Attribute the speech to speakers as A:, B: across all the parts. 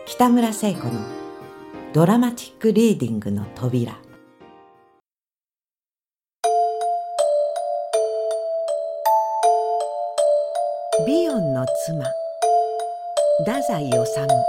A: 北村聖子のドラマチックリーディングの扉。ビヨンの妻、太宰治。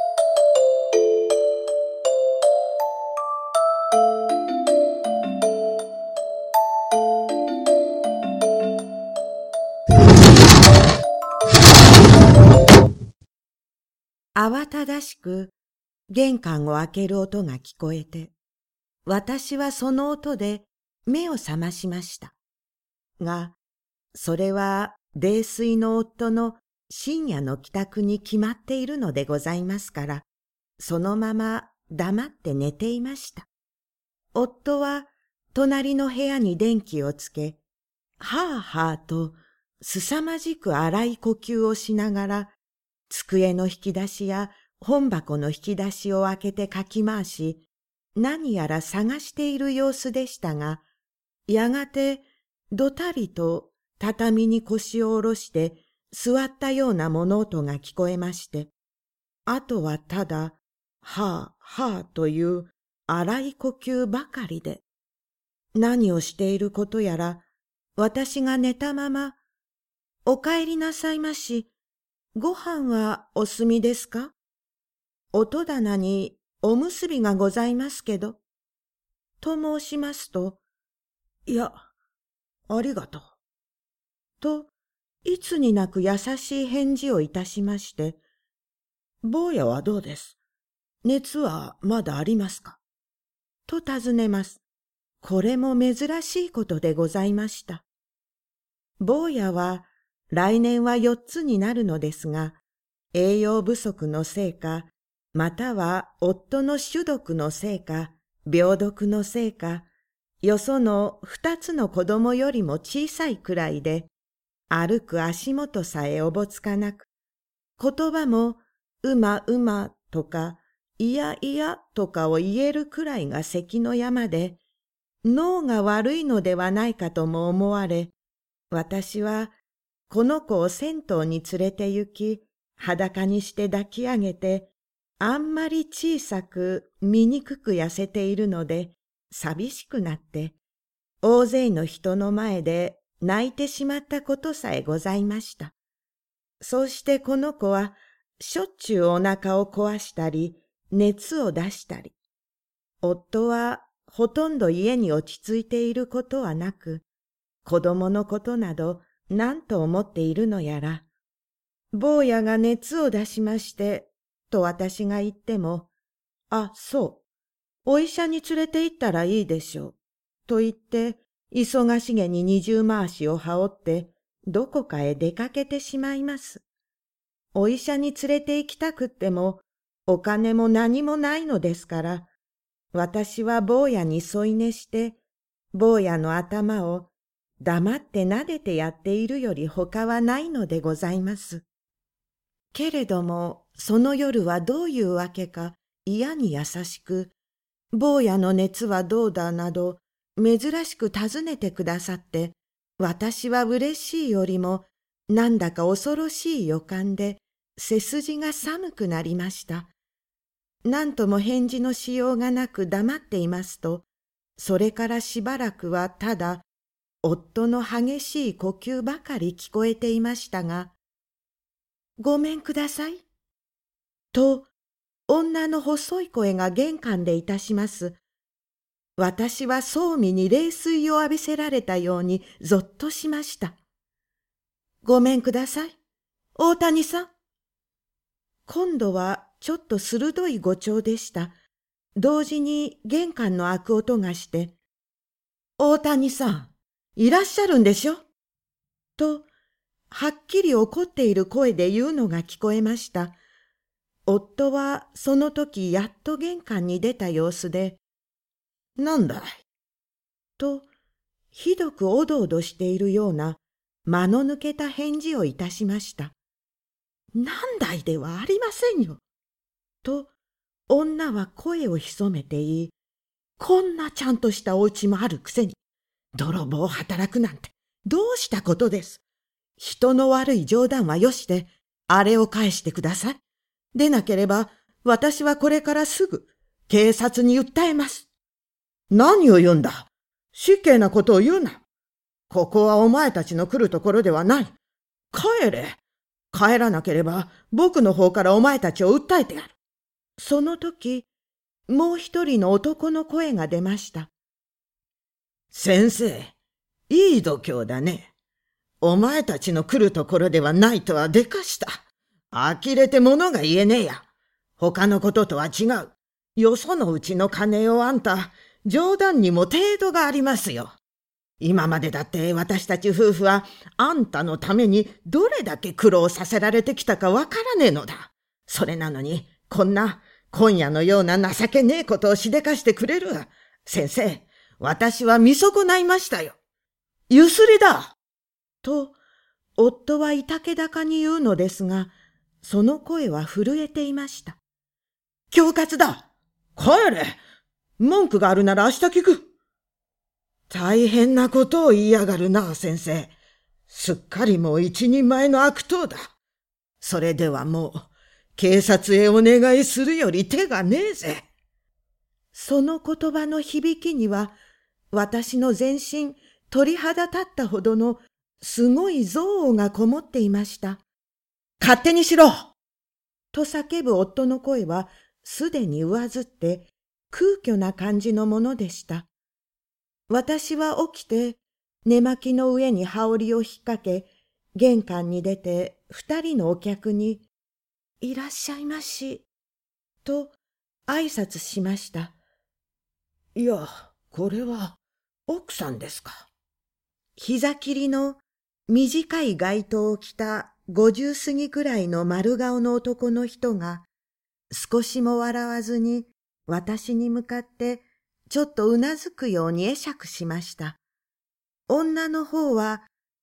A: 慌ただしく玄関を開ける音が聞こえて、私はその音で目を覚ましました。が、それは泥酔の夫の深夜の帰宅に決まっているのでございますから、そのまま黙って寝ていました。夫は隣の部屋に電気をつけ、はあはあと凄まじく荒い呼吸をしながら、机の引き出しや本箱の引き出しを開けてかき回し、何やら探している様子でしたが、やがてどたりと畳に腰を下ろして座ったような物音が聞こえまして、あとはただ、はあはあという荒い呼吸ばかりで、何をしていることやら、私が寝たまま、お帰りなさいまし、ご飯はお済みですか？音棚におむすびがございますけど。と申しますと、いや、ありがとう。と、いつになく優しい返事をいたしまして、坊やはどうです？熱はまだありますか？と尋ねます。これも珍しいことでございました。坊やは来年は4つになるのですが、栄養不足のせいか、または夫の種毒のせいか、病毒のせいか、よその2つの子供よりも小さいくらいで、歩く足元さえおぼつかなく、言葉もうまうまとか、いやいやとかを言えるくらいが関の山で、脳が悪いのではないかとも思われ、私はこの子を銭湯に連れて行き、裸にして抱き上げて、あんまり小さく醜く痩せているので、寂しくなって、大勢の人の前で泣いてしまったことさえございました。そうしてこの子は、しょっちゅうお腹を壊したり、熱を出したり。夫はほとんど家に落ち着いていることはなく、子供のことなど何と思っているのやら、坊やが熱を出しまして、と私が言っても、あ、そう、お医者に連れて行ったらいいでしょう、と言って、忙しげに二重回しを羽織って、どこかへ出かけてしまいます。お医者に連れて行きたくっても、お金も何もないのですから、私は坊やに添い寝して、坊やの頭を黙って撫でてやっているより他はないのでございます。けれども、その夜はどういうわけか嫌に優しく、坊やの熱はどうだなど、珍しく尋ねてくださって、私は嬉しいよりも、なんだか恐ろしい予感で、背筋が寒くなりました。なんとも返事のしようがなく黙っていますと、それからしばらくはただ、夫の激しい呼吸ばかり聞こえていましたが、ごめんください。と、女の細い声が玄関でいたします。私はそうみに冷水を浴びせられたようにぞっとしました。ごめんください。大谷さん。今度はちょっと鋭い語調でした。同時に玄関の開く音がして、大谷さん、いらっしゃるんでしょ？と、はっきり怒っている声で言うのが聞こえました。夫はその時やっと玄関に出た様子で、なんだいと、ひどくおどおどしているような間の抜けた返事をいたしました。なんだいではありませんよ。と、女は声を潜めて言い、こんなちゃんとしたお家もあるくせに、泥棒を働くなんて、どうしたことです。人の悪い冗談はよして、あれを返してください。でなければ、 私はこれからすぐ警察に訴えます。何を言うんだ。失敬なことを言うな。ここはお前たちの来るところではない。帰れ。帰らなければ僕の方からお前たちを訴えてやる。その時、もう一人の男の声が出ました。先生、いい度胸だね。お前たちの来るところではないとはでかした。呆れて物が言えねえや。他のこととは違う。よそのうちの金をあんた、冗談にも程度がありますよ。今までだって私たち夫婦はあんたのためにどれだけ苦労させられてきたかわからねえのだ。それなのに、こんな今夜のような情けねえことをしでかしてくれる。先生、私は見損ないましたよ。ゆすりだと、夫はいたけだかに言うのですが、その声は震えていました。恐喝だ。帰れ。文句があるなら明日聞く。大変なことを言いやがるな、先生。すっかりもう一人前の悪党だ。それではもう、警察へお願いするより手がねえぜ。その言葉の響きには、私の全身鳥肌立ったほどのすごい憎悪がこもっていました。勝手にしろと叫ぶ夫の声はすでに上ずって空虚な感じのものでした。私は起きて寝巻きの上に羽織を引っ掛け、玄関に出て二人のお客にいらっしゃいましと挨拶しました。いや、これは奥さんですか。膝切りの短い街灯を着た50過ぎくらいの丸顔の男の人が少しも笑わずに私に向かってちょっとうなずくように会釈しました。女の方は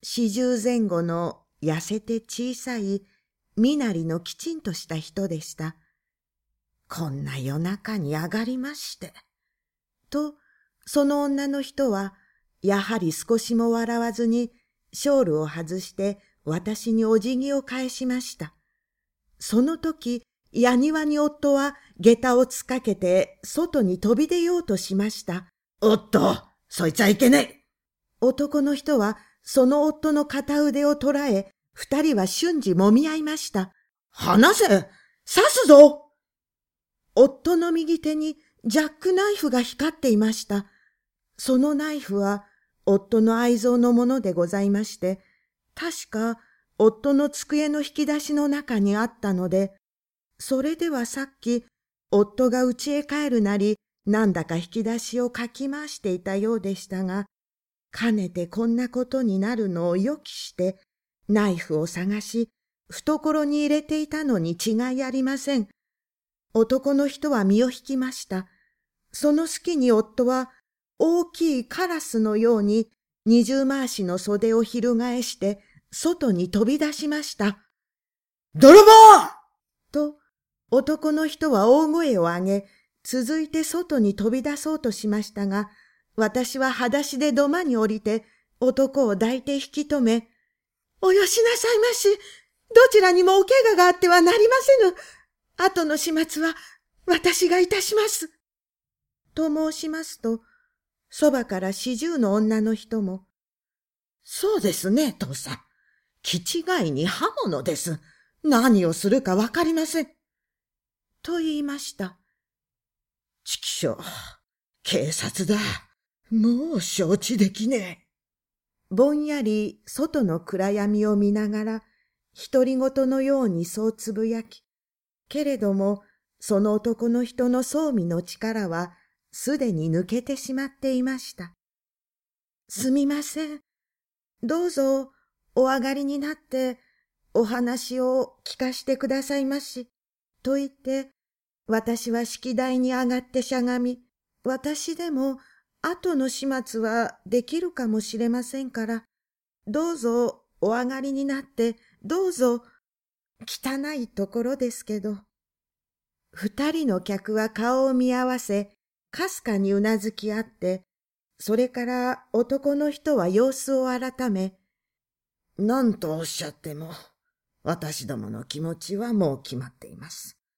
A: 40前後の痩せて小さい身なりのきちんとした人でした。こんな夜中に上がりまして。と、その女の人はやはり少しも笑わずにショールを外して私にお辞儀を返しました。その時、矢庭に夫は下駄をつっかけて外に飛び出ようとしました。おっと、そいつはいけねえ。男の人はその夫の片腕を捉え、二人は瞬時揉み合いました。離せ！刺すぞ！夫の右手にジャックナイフが光っていました。そのナイフは夫の愛蔵のものでございまして、確か夫の机の引き出しの中にあったので、それではさっき夫が家へ帰るなり、なんだか引き出しをかき回していたようでしたが、かねてこんなことになるのを予期して、ナイフを探し、懐に入れていたのに違いありません。男の人は身を引きました。その隙に夫は大きいカラスのように二重回しの袖を翻して外に飛び出しました。泥棒！と男の人は大声を上げ、続いて外に飛び出そうとしましたが、私は裸足で土間に降りて男を抱いて引き止め、およしなさいまし。どちらにもお怪我があってはなりませぬ。後の始末は私がいたします。と申しますと、そばから40の女の人も、そうですね、父さん。気違いに刃物です。何をするかわかりません。と言いました。ちきしょう、警察だ。もう承知できねえ。ぼんやり外の暗闇を見ながら、独り言のようにそうつぶやき、けれども、その男の人の装備の力は、すでに抜けてしまっていました。すみません。どうぞ、お上がりになって、お話を聞かしてくださいまし。と言って、私は式台に上がってしゃがみ、私でも後の始末はできるかもしれませんから、どうぞお上がりになって、どうぞ、汚いところですけど。二人の客は顔を見合わせ、かすかにうなずき合って、それから男の人は様子を改め、何とおっしゃっても、私どもの気持ちはもう決まっています。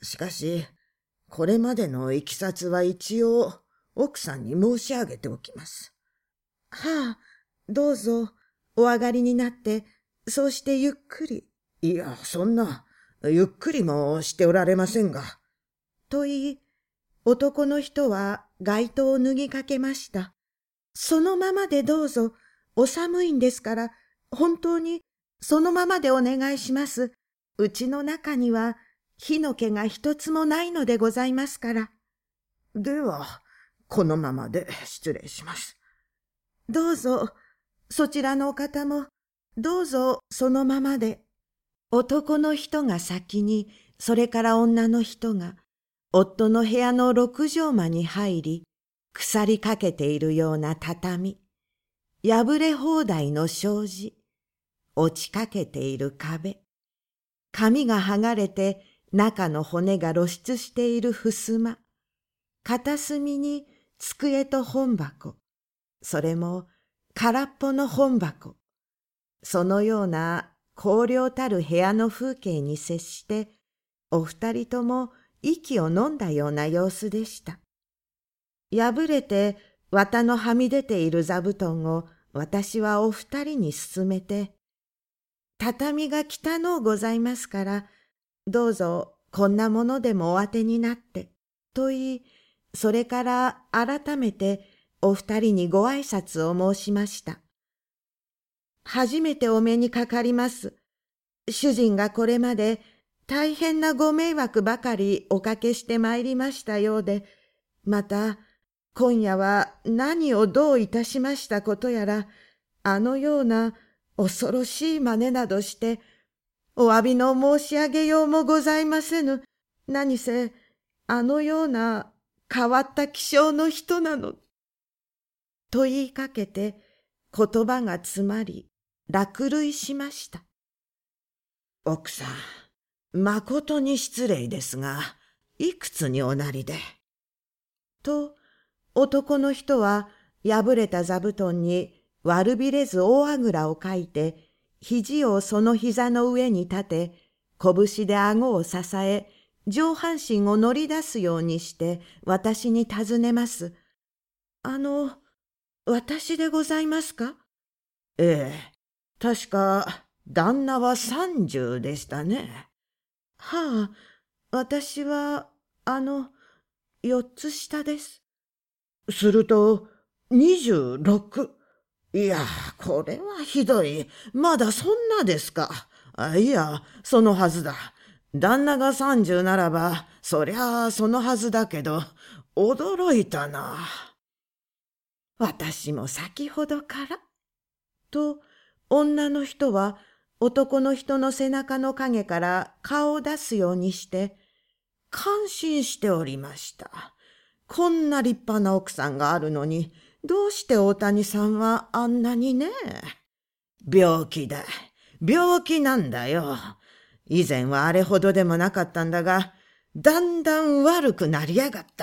B: しかし、これまでのいきさつは一応奥さんに申し上げておきます。
A: はあ、どうぞお上がりになって、そうしてゆっくり。
B: いや、そんな、ゆっくりもしておられませんが。
A: と言い、男の人は街灯を脱ぎかけました。そのままでどうぞ、お寒いんですから、本当にそのままでお願いします。うちの中には火の気が一つもないのでございますから。
B: では、このままで失礼します。
A: どうぞ、そちらのお方も、どうぞそのままで。男の人が先に、それから女の人が、夫の部屋の六畳間に入り、腐りかけているような畳、破れ放題の障子、落ちかけている壁、紙が剥がれて中の骨が露出している襖、片隅に机と本箱、それも空っぽの本箱、そのような荒涼たる部屋の風景に接して、お二人とも息を飲んだような様子でした。破れて綿のはみ出ている座布団を私はお二人に勧めて、畳が汚うございますから、どうぞこんなものでもお当てになって、と言い、それから改めてお二人にご挨拶を申しました。初めてお目にかかります。主人がこれまで大変なご迷惑ばかりおかけしてまいりましたようで、また今夜は何をどういたしましたことやら、あのような恐ろしい真似などして、お詫びの申し上げようもございませぬ。何せ、あのような変わった気性の人なの。と言いかけて、言葉が詰まり、落涙しました。
B: 奥さん、まことに失礼ですが、いくつにおなりで。
A: と、男の人は破れた座布団に悪びれず大あぐらをかいて、肘をその膝の上に立て、拳で顎を支え、上半身を乗り出すようにして私に尋ねます。私でございますか？
B: ええ、確か旦那は30でしたね。
A: はあ、私は、4つ下です。
B: すると、26。いや、これはひどい。まだそんなですか。いや、そのはずだ。旦那が30ならば、そりゃあそのはずだけど、驚いたな。
A: 私も先ほどから。と、女の人は男の人の背中の影から顔を出すようにして、
B: 感心しておりました。こんな立派な奥さんがあるのに、どうして大谷さんはあんなにね。病気だ。病気なんだよ。以前はあれほどでもなかったんだが、だんだん悪くなりやがった。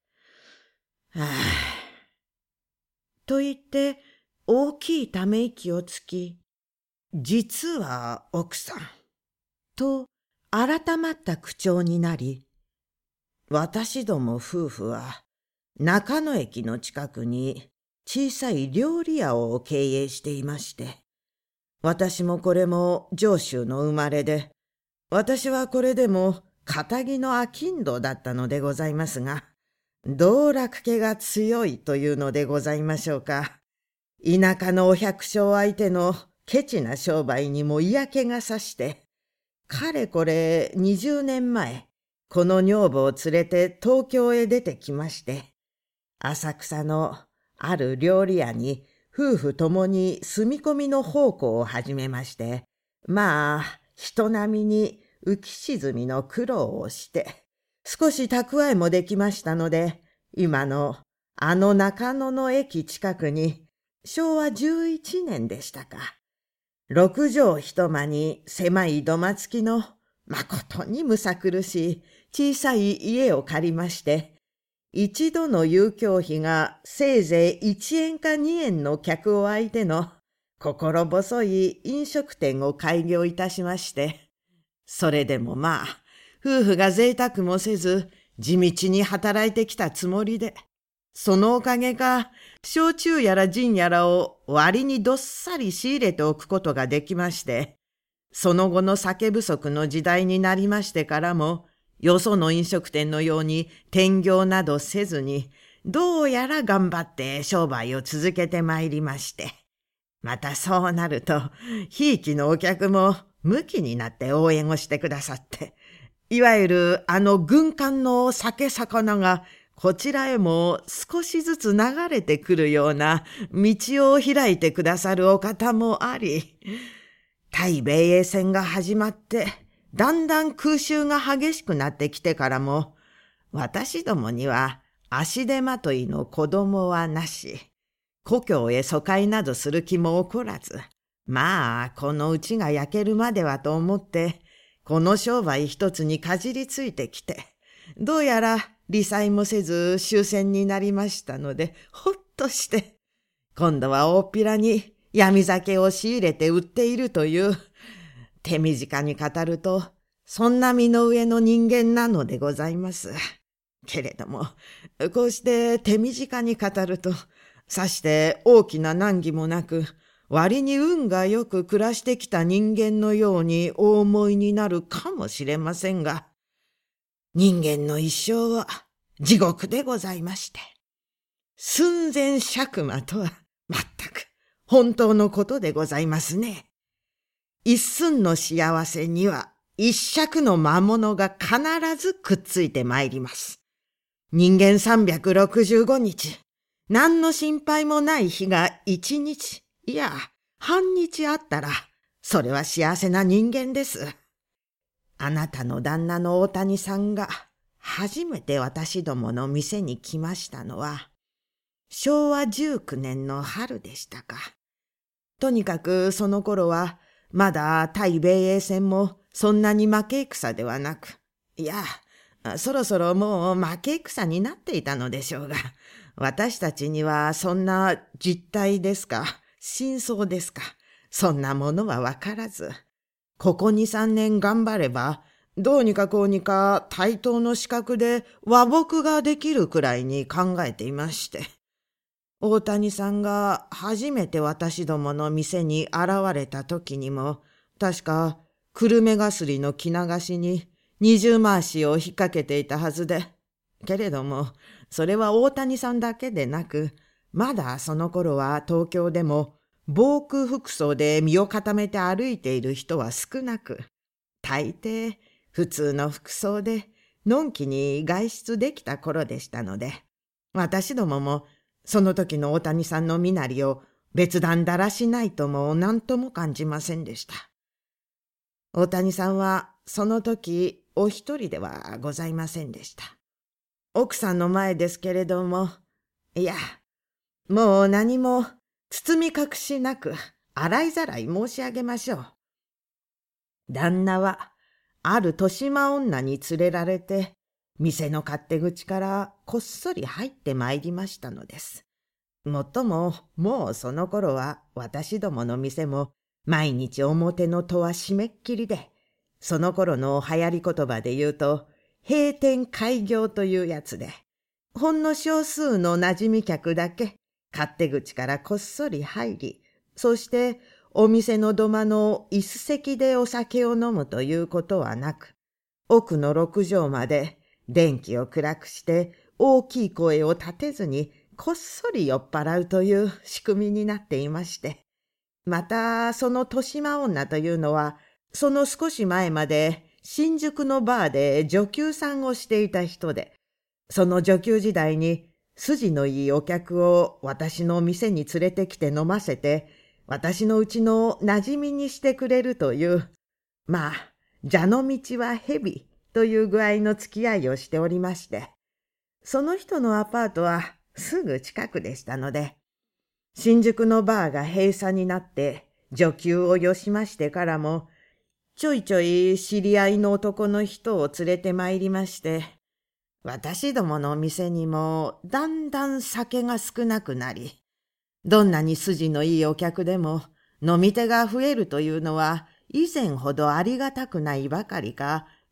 A: と言って、大きいため息をつき、
B: 実は奥さん、
A: と改まった口調になり、
B: 私ども夫婦は中野駅の近くに小さい料理屋を経営していまして、私もこれも上州の生まれで、私はこれでも堅気の商人だったのでございますが、道楽気が強いというのでございましょうか。田舎のお百姓相手のケチな商売にも嫌気がさして、かれこれ20年前、この女房を連れて東京へ出てきまして、浅草のある料理屋に夫婦ともに住み込みの奉公を始めまして、まあ人並みに浮き沈みの苦労をして、少し蓄えもできましたので、今のあの中野の駅近くに昭和11年でしたか、6畳一間に狭い土間付きのまことにむさ苦しい小さい家を借りまして、一度の遊興費がせいぜい1円か2円の客を相手の心細い飲食店を開業いたしまして、それでもまあ、 夫婦が贅沢もせず、地道に働いてきたつもりで、そのおかげか、焼酎やらジンやらを割にどっさり仕入れておくことができまして、その後の酒不足の時代になりましてからも、よその飲食店のように転業などせずに、どうやら頑張って商売を続けてまいりまして、またそうなると、ひいきのお客も向きになって応援をしてくださって、いわゆる軍艦の酒魚がこちらへも少しずつ流れてくるような道を開いてくださるお方もあり、対米英戦が始まって、だんだん空襲が激しくなってきてからも、私どもには足手まといの子供はなし、故郷へ疎開などする気も起こらず、まあこのうちが焼けるまではと思って、この商売一つにかじりついてきて、どうやら利災もせず終戦になりましたので、ほっとして、今度は大っぴらに闇酒を仕入れて売っているという、手短に語ると、そんな身の上の人間なのでございます。けれども、こうして手短に語ると、さして大きな難儀もなく、割に運がよく暮らしてきた人間のようにお思いになるかもしれませんが、人間の一生は地獄でございまして、寸前尺魔とは全く本当のことでございますね。一寸の幸せには一尺の魔物が必ずくっついてまいります。人間365日、何の心配もない日が1日、いや、半日あったら、それは幸せな人間です。あなたの旦那の大谷さんが初めて私どもの店に来ましたのは、昭和19年の春でしたか。とにかくその頃は、まだ対米英戦もそんなに負け戦ではなく、いや、そろそろもう負け戦になっていたのでしょうが、私たちにはそんな実態ですか、真相ですか、そんなものはわからず、ここ 2,3 年頑張れば、どうにかこうにか対等の資格で和睦ができるくらいに考えていまして、大谷さんが初めて私どもの店に現れた時にも、確か久留米がすりの着流しに20回しを引っ掛けていたはずで、けれども、それは大谷さんだけでなく、まだその頃は東京でも防空服装で身を固めて歩いている人は少なく、大抵普通の服装でのんきに外出できた頃でしたので、私どももその時の大谷さんの身なりを別段だらしないとも何とも感じませんでした。大谷さんはその時お一人ではございませんでした。奥さんの前ですけれども、いや、もう何も包み隠しなく洗いざらい申し上げましょう。旦那はある豊島女に連れられて、店の勝手口からこっそり入ってまいりましたのです。もっとも、もうその頃は私どもの店も毎日表の戸は閉めっきりで、その頃の流行り言葉で言うと、閉店開業というやつで、ほんの少数の馴染み客だけ勝手口からこっそり入り、そしてお店の土間の椅子席でお酒を飲むということはなく、奥の6畳まで電気を暗くして大きい声を立てずにこっそり酔っ払うという仕組みになっていまして、またその豊島女というのは、その少し前まで新宿のバーで女給さんをしていた人で、その女給時代に筋のいいお客を私の店に連れてきて飲ませて、私のうちの馴染みにしてくれるという、まあ、蛇の道は蛇という具合の付き合いをしておりまして、その人のアパートはすぐ近くでしたので、新宿のバーが閉鎖になって女給をよしましてからも、ちょいちょい知り合いの男の人を連れて参りまして、私どもの店にもだんだん酒が少なくなり、どんなに筋のいいお客でも飲み手が増えるというのは以前ほどありがたくないばかりか、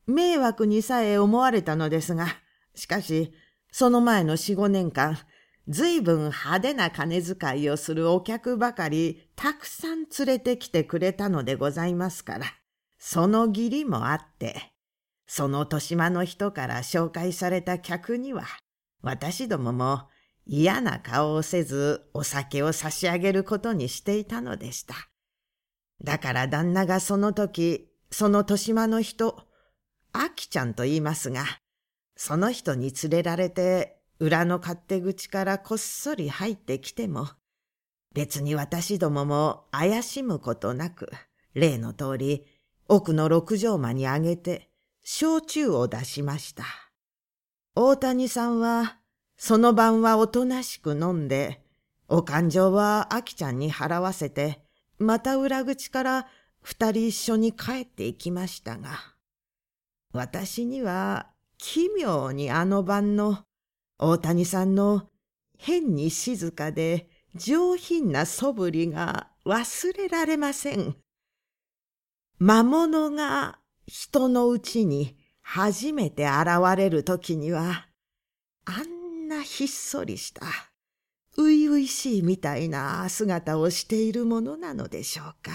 B: 迷惑にさえ思われたのですが、しかし、その前の4、5年間、ずいぶん派手な金遣いをするお客ばかりたくさん連れてきてくれたのでございますから、その義理もあって、その豊島の人から紹介された客には、私どもも嫌な顔をせずお酒を差し上げることにしていたのでした。だから旦那がその時、その豊島の人、あきちゃんと言いますが、その人に連れられて裏の勝手口からこっそり入ってきても、別に私どもも怪しむことなく、例の通り奥の六畳間にあげて焼酎を出しました。大谷さんはその晩はおとなしく飲んで、お勘定はあきちゃんに払わせて、また裏口から2人一緒に帰って行きましたが、私には奇妙にあの晩の大谷さんの変に静かで上品な素振りが忘れられません。魔物が人のうちに初めて現れるときには、あんなひっそりした、ういういしいみたいな姿をしているものなのでしょうか。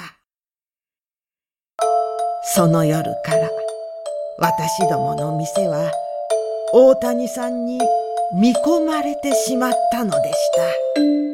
B: その夜から私どもの店は大谷さんに見込まれてしまったのでした。